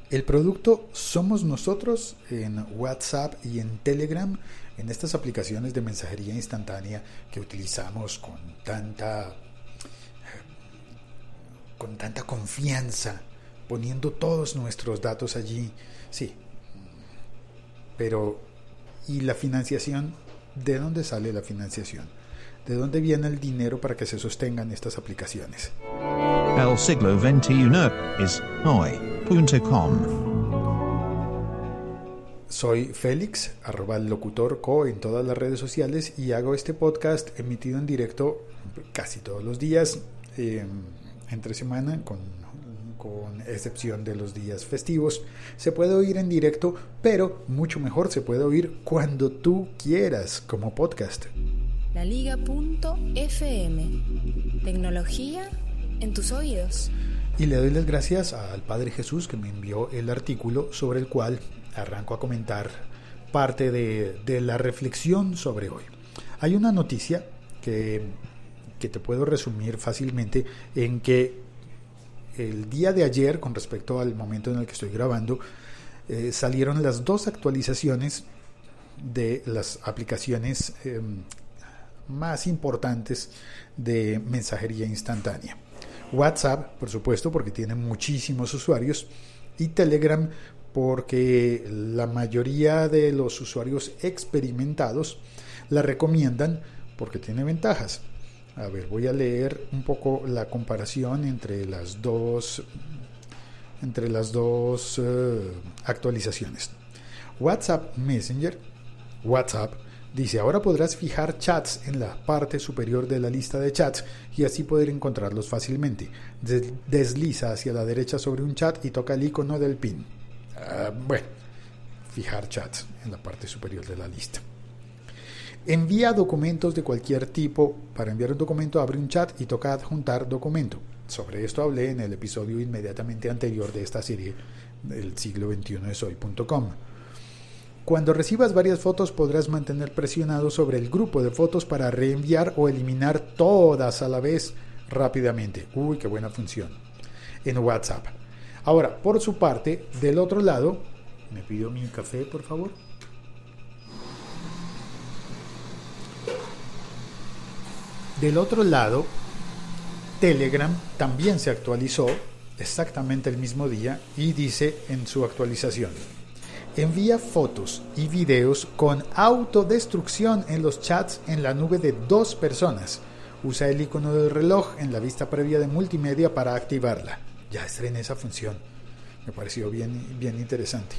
El producto somos nosotros en WhatsApp y en Telegram, en estas aplicaciones de mensajería instantánea que utilizamos con tanta confianza, poniendo todos nuestros datos allí. Sí, pero ¿y la financiación? ¿De dónde sale la financiación? ¿De dónde viene el dinero para que se sostengan estas aplicaciones? El siglo XXI es hoy.com. Soy Félix, @locutorco en todas las redes sociales, y hago este podcast emitido en directo casi todos los días, entre semana, con excepción de los días festivos. Se puede oír en directo, pero mucho mejor se puede oír cuando tú quieras, como podcast. LaLiga.fm. Tecnología en tus oídos. Y le doy las gracias al Padre Jesús, que me envió el artículo sobre el cual arranco a comentar parte de la reflexión sobre hoy. Hay una noticia que te puedo resumir fácilmente en que el día de ayer, con respecto al momento en el que estoy grabando, salieron las 2 actualizaciones de las aplicaciones más importantes de mensajería instantánea. WhatsApp, por supuesto, porque tiene muchísimos usuarios, y Telegram, porque la mayoría de los usuarios experimentados la recomiendan porque tiene ventajas. A ver, voy a leer un poco la comparación entre las dos actualizaciones. WhatsApp Messenger, WhatsApp, dice: ahora podrás fijar chats en la parte superior de la lista de chats y así poder encontrarlos fácilmente. Desliza hacia la derecha sobre un chat y toca el icono del pin. Bueno, fijar chats en la parte superior de la lista. Envía documentos de cualquier tipo. Para enviar un documento, abre un chat y toca adjuntar documento. Sobre esto hablé en el episodio inmediatamente anterior de esta serie del siglo XXI es hoy.com. Cuando recibas varias fotos, podrás mantener presionado sobre el grupo de fotos para reenviar o eliminar todas a la vez rápidamente. Uy, qué buena función en WhatsApp. Ahora, por su parte, del otro lado, me pido mi café, por favor. Del otro lado, Telegram también se actualizó exactamente el mismo día y dice en su actualización: envía fotos y videos con autodestrucción en los chats en la nube de 2 personas. Usa el icono del reloj en la vista previa de multimedia para activarla. Ya estrené esa función. Me pareció bien interesante.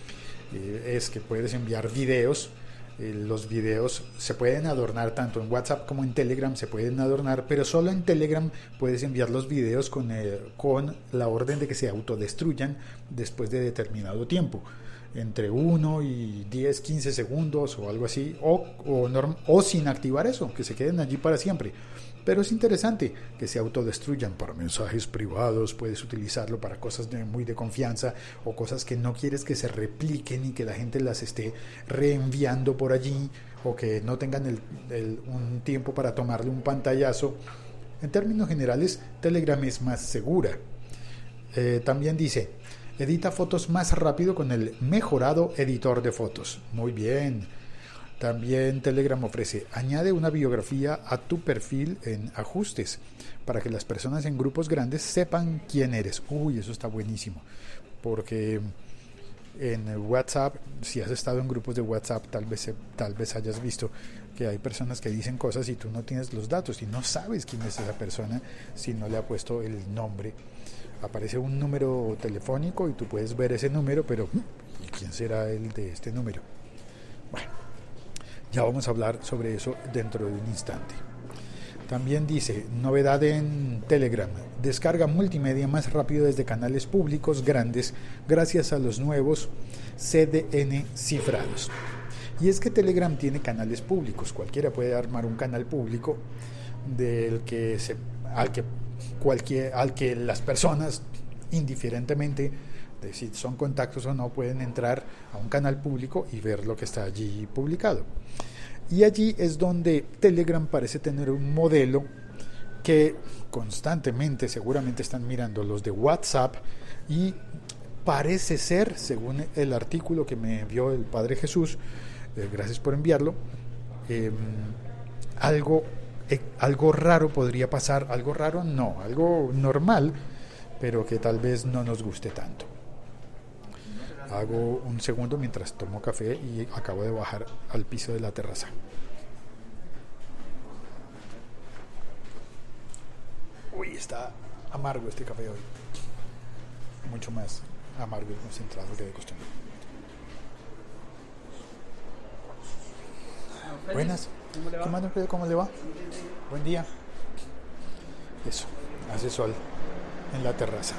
Es que puedes enviar videos. Los videos se pueden adornar tanto en WhatsApp como en Telegram, se pueden adornar, pero solo en Telegram puedes enviar los videos con la orden de que se autodestruyan después de determinado tiempo, entre 1 y 10, 15 segundos o algo así, o sin activar eso, que se queden allí para siempre. Pero es interesante que se autodestruyan para mensajes privados. Puedes utilizarlo para cosas muy de confianza o cosas que no quieres que se repliquen y que la gente las esté reenviando por allí, o que no tengan un tiempo para tomarle un pantallazo. En términos generales, Telegram es más segura. También dice: edita fotos más rápido con el mejorado editor de fotos. Muy bien. También Telegram ofrece: añade una biografía a tu perfil en ajustes para que las personas en grupos grandes sepan quién eres. Uy, eso está buenísimo, porque en WhatsApp, si has estado en grupos de WhatsApp, tal vez hayas visto que hay personas que dicen cosas y tú no tienes los datos y no sabes quién es esa persona si no le ha puesto el nombre. Aparece un número telefónico y tú puedes ver ese número, pero ¿quién será el de este número? Bueno, ya vamos a hablar sobre eso dentro de un instante. También dice: novedad en Telegram, descarga multimedia más rápido desde canales públicos grandes gracias a los nuevos CDN cifrados. Y es que Telegram tiene canales públicos. Cualquiera puede armar un canal público al que las personas, indiferentemente de si son contactos o no, pueden entrar a un canal público y ver lo que está allí publicado. Y allí es donde Telegram parece tener un modelo que constantemente seguramente están mirando los de WhatsApp y parece ser, según el artículo que me envió el Padre Jesús, gracias por enviarlo, algo raro podría pasar, algo raro no, algo normal, pero que tal vez no nos guste tanto. Hago un segundo mientras tomo café y acabo de bajar al piso de la terraza. Uy, está amargo este café hoy. Mucho más amargo y concentrado que de costumbre. Buenas. ¿Qué más, Alfredo? ¿Cómo le va? Buen día. Eso, hace sol en la terraza.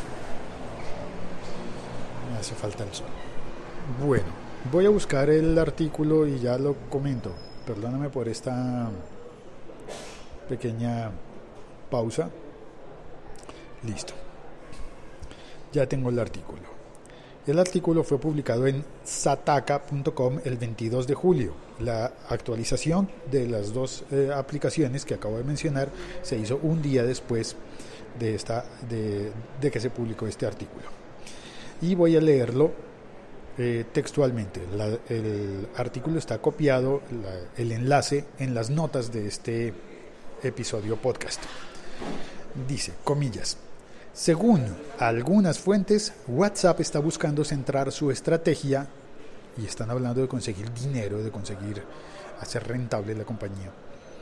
Me hace falta el sol. Bueno, voy a buscar el artículo y ya lo comento. Perdóname por esta pequeña pausa. Listo. Ya tengo el artículo. El artículo fue publicado en sataka.com el 22 de julio. La actualización de las dos aplicaciones que acabo de mencionar se hizo un día después de que se publicó este artículo. Y voy a leerlo textualmente. El artículo está copiado, el enlace en las notas de este episodio podcast. Dice, comillas, según algunas fuentes, WhatsApp está buscando centrar su estrategia, y están hablando de conseguir dinero, de conseguir hacer rentable la compañía,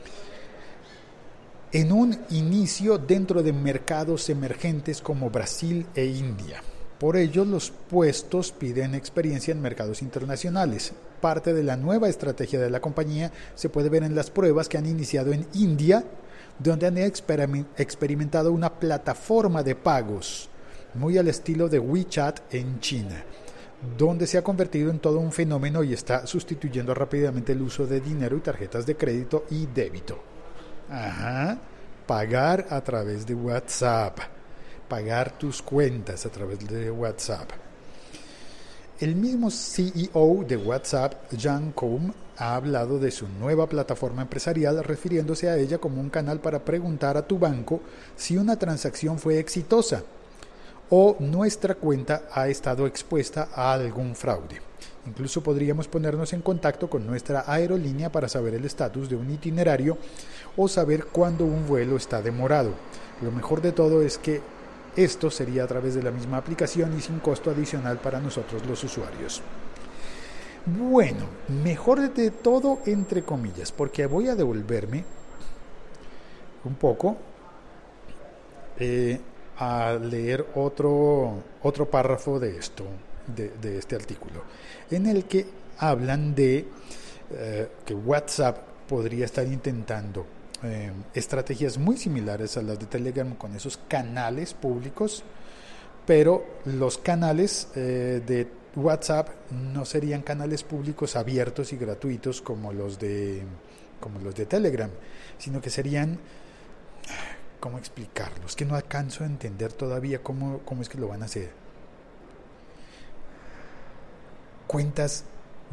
en un inicio dentro de mercados emergentes como Brasil e India. Por ello, los puestos piden experiencia en mercados internacionales. Parte de la nueva estrategia de la compañía se puede ver en las pruebas que han iniciado en India, donde han experimentado una plataforma de pagos muy al estilo de WeChat en China, donde se ha convertido en todo un fenómeno y está sustituyendo rápidamente el uso de dinero y tarjetas de crédito y débito. Pagar a través de WhatsApp, pagar tus cuentas a través de WhatsApp. El mismo CEO de WhatsApp, Jan Koum, ha hablado de su nueva plataforma empresarial, refiriéndose a ella como un canal para preguntar a tu banco si una transacción fue exitosa o nuestra cuenta ha estado expuesta a algún fraude. Incluso podríamos ponernos en contacto con nuestra aerolínea para saber el estatus de un itinerario o saber cuándo un vuelo está demorado. Lo mejor de todo es que esto sería a través de la misma aplicación y sin costo adicional para nosotros los usuarios. Bueno, mejor de todo entre comillas, porque voy a devolverme un poco a leer otro párrafo de esto, de este artículo, en el que hablan de que WhatsApp podría estar intentando estrategias muy similares a las de Telegram con esos canales públicos, pero los canales de WhatsApp no serían canales públicos abiertos y gratuitos como los de Telegram, sino que serían, ¿cómo explicarlos? Que no alcanzo a entender todavía cómo es que lo van a hacer. Cuentas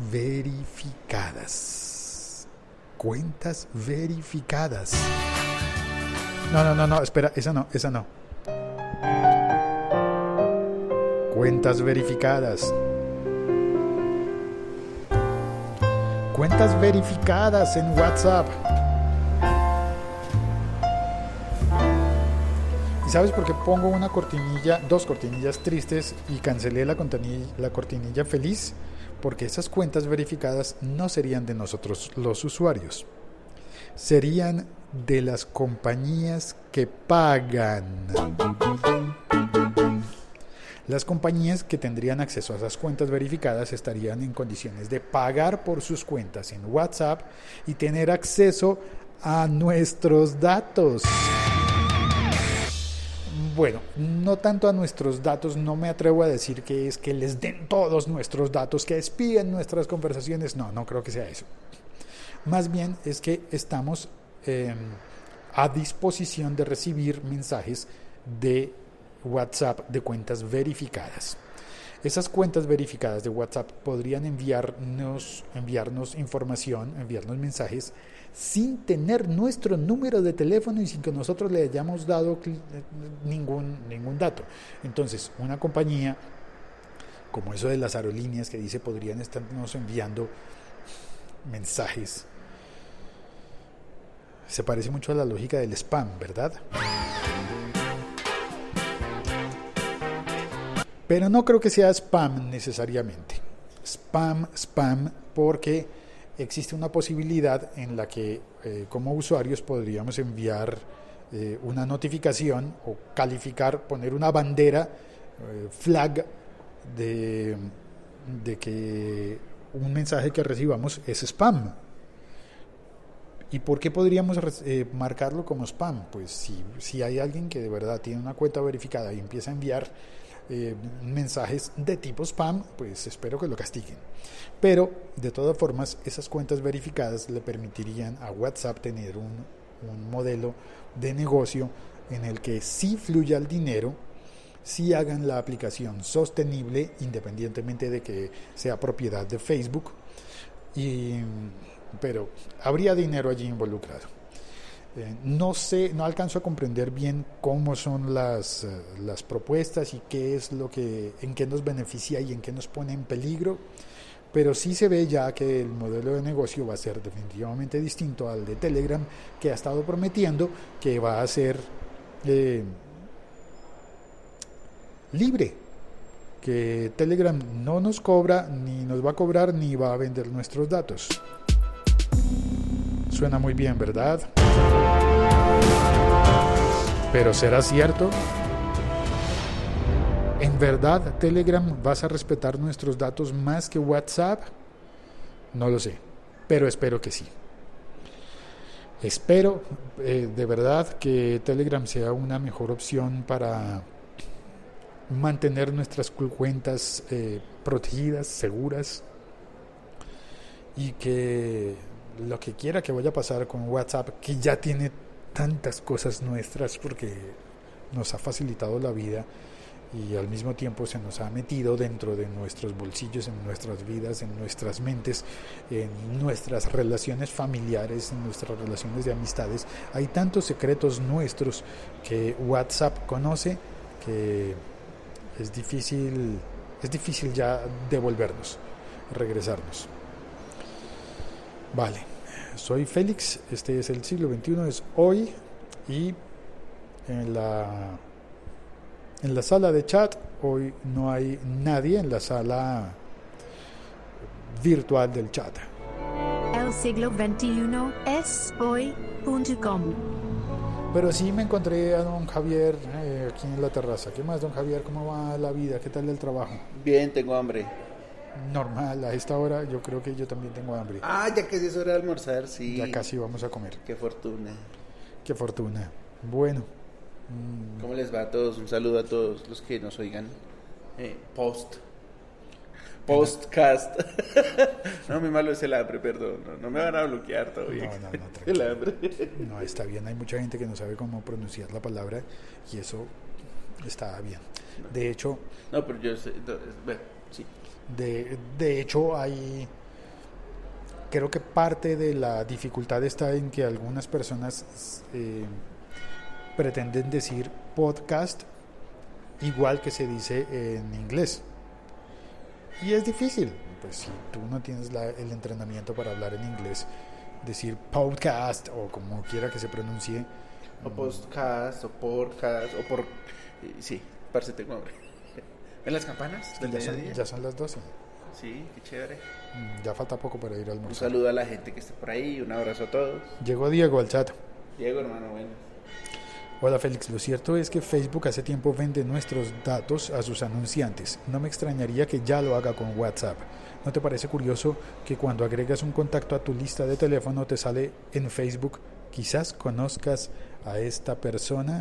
verificadas. Cuentas verificadas. No, espera, esa no. Cuentas verificadas. Cuentas verificadas en WhatsApp. ¿Y sabes por qué pongo dos cortinillas tristes y cancelé la cortinilla feliz? Porque esas cuentas verificadas no serían de nosotros los usuarios. Serían de las compañías que pagan. Las compañías que tendrían acceso a esas cuentas verificadas estarían en condiciones de pagar por sus cuentas en WhatsApp y tener acceso a nuestros datos. Bueno, no tanto a nuestros datos, no me atrevo a decir que es que les den todos nuestros datos, que espíen nuestras conversaciones, no creo que sea eso. Más bien es que estamos a disposición de recibir mensajes de WhatsApp de cuentas verificadas. Esas cuentas verificadas de WhatsApp podrían enviarnos información, enviarnos mensajes sin tener nuestro número de teléfono y sin que nosotros le hayamos dado ningún dato. Entonces, una compañía como eso de las aerolíneas que dice podrían estarnos enviando mensajes. Se parece mucho a la lógica del spam, ¿verdad? Pero no creo que sea spam necesariamente. Spam, porque existe una posibilidad en la que como usuarios podríamos enviar una notificación o calificar, poner una bandera, flag de que un mensaje que recibamos es spam. ¿Y por qué podríamos marcarlo como spam? Pues si hay alguien que de verdad tiene una cuenta verificada y empieza a enviar mensajes de tipo spam, pues espero que lo castiguen. Pero de todas formas, esas cuentas verificadas le permitirían a WhatsApp tener un modelo de negocio en el que sí fluya el dinero, sí hagan la aplicación sostenible, independientemente de que sea propiedad de Facebook, pero habría dinero allí involucrado. No alcanzo a comprender bien cómo son las propuestas y qué es en qué nos beneficia y en qué nos pone en peligro, pero sí se ve ya que el modelo de negocio va a ser definitivamente distinto al de Telegram, que ha estado prometiendo que va a ser libre, que Telegram no nos cobra, ni nos va a cobrar, ni va a vender nuestros datos. Suena muy bien, ¿verdad? ¿Pero será cierto? ¿En verdad Telegram vas a respetar nuestros datos más que WhatsApp? No lo sé, pero espero que sí. Espero de verdad que Telegram sea una mejor opción para mantener nuestras cuentas protegidas, seguras, y que lo que quiera que vaya a pasar con WhatsApp, que ya tiene tantas cosas nuestras porque nos ha facilitado la vida y al mismo tiempo se nos ha metido dentro de nuestros bolsillos, en nuestras vidas, en nuestras mentes, en nuestras relaciones familiares, en nuestras relaciones de amistades. Hay tantos secretos nuestros que WhatsApp conoce que es difícil ya devolvernos, regresarnos. Vale, soy Félix, este es el siglo XXI, es hoy, y en la sala de chat hoy no hay nadie, en la sala virtual del chat. El siglo XXI es hoy.com. Pero sí me encontré a don Javier aquí en la terraza. ¿Qué más, don Javier? ¿Cómo va la vida? ¿Qué tal el trabajo? Bien, tengo hambre. Normal, a esta hora yo creo que yo también tengo hambre. Ah, ya casi es hora de almorzar, sí. Ya casi vamos a comer. Qué fortuna. Qué fortuna. Bueno. ¿Cómo les va a todos? Un saludo a todos los que nos oigan. Postcast. No, mi malo es el hambre, perdón. No me van a bloquear todavía. No, tranquilo. El hambre. No, está bien. Hay mucha gente que no sabe cómo pronunciar la palabra y eso está bien. De hecho... No, pero yo sé... Bueno, sí. De hecho, creo que parte de la dificultad está en que algunas personas pretenden decir podcast igual que se dice en inglés. Y es difícil, pues si tú no tienes el entrenamiento para hablar en inglés, decir podcast o como quiera que se pronuncie. O podcast, o podcast, o por... Sí, parce, tengo hambre. ¿Ven las campanas del mediodía? Ya son las 12. Sí, qué chévere. Ya falta poco para ir al almorzar. Un saludo a la gente que está por ahí, un abrazo a todos. Llegó Diego al chat. Diego, hermano, bueno. Hola Félix, lo cierto es que Facebook hace tiempo vende nuestros datos a sus anunciantes. No me extrañaría que ya lo haga con WhatsApp. ¿No te parece curioso que cuando agregas un contacto a tu lista de teléfono te sale en Facebook, quizás conozcas a esta persona?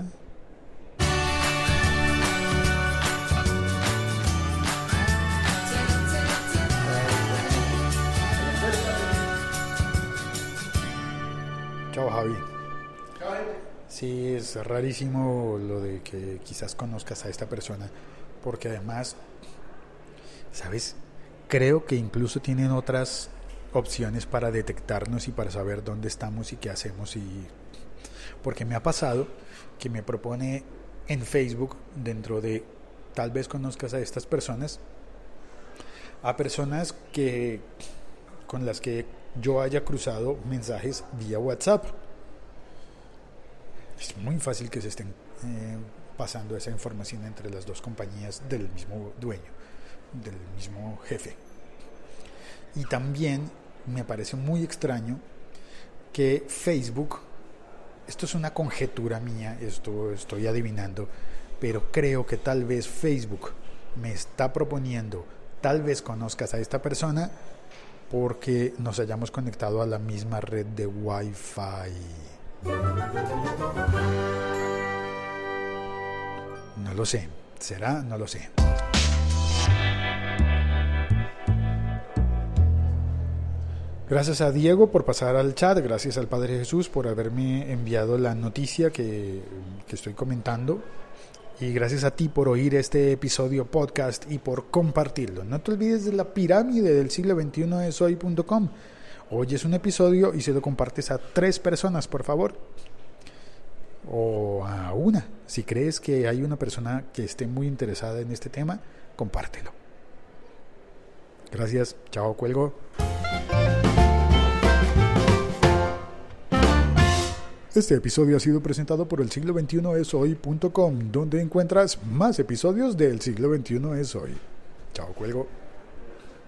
Chao Javi. Sí, es rarísimo lo de que quizás conozcas a esta persona, porque además, ¿sabes? Creo que incluso tienen otras opciones para detectarnos y para saber dónde estamos y qué hacemos. Porque me ha pasado que me propone en Facebook, dentro de tal vez conozcas a estas personas, a personas con las que yo haya cruzado mensajes vía WhatsApp. Es muy fácil que se estén pasando esa información entre las dos compañías del mismo dueño, del mismo jefe. Y también me parece muy extraño que Facebook, esto es una conjetura mía, esto estoy adivinando, pero creo que tal vez Facebook me está proponiendo, tal vez conozcas a esta persona porque nos hayamos conectado a la misma red de Wi-Fi. No lo sé, ¿será? No lo sé. Gracias a Diego por pasar al chat, gracias al Padre Jesús por haberme enviado la noticia que estoy comentando, y gracias a ti por oír este episodio podcast y por compartirlo. No te olvides de la pirámide del siglo XXI es hoy.com. Oyes un episodio y se lo compartes a 3 personas, por favor, o a una. Si crees que hay una persona que esté muy interesada en este tema, compártelo. Gracias, chao, cuelgo. Este episodio ha sido presentado por el siglo XXI es hoy.com, donde encuentras más episodios del siglo XXI es hoy. Chao, cuelgo.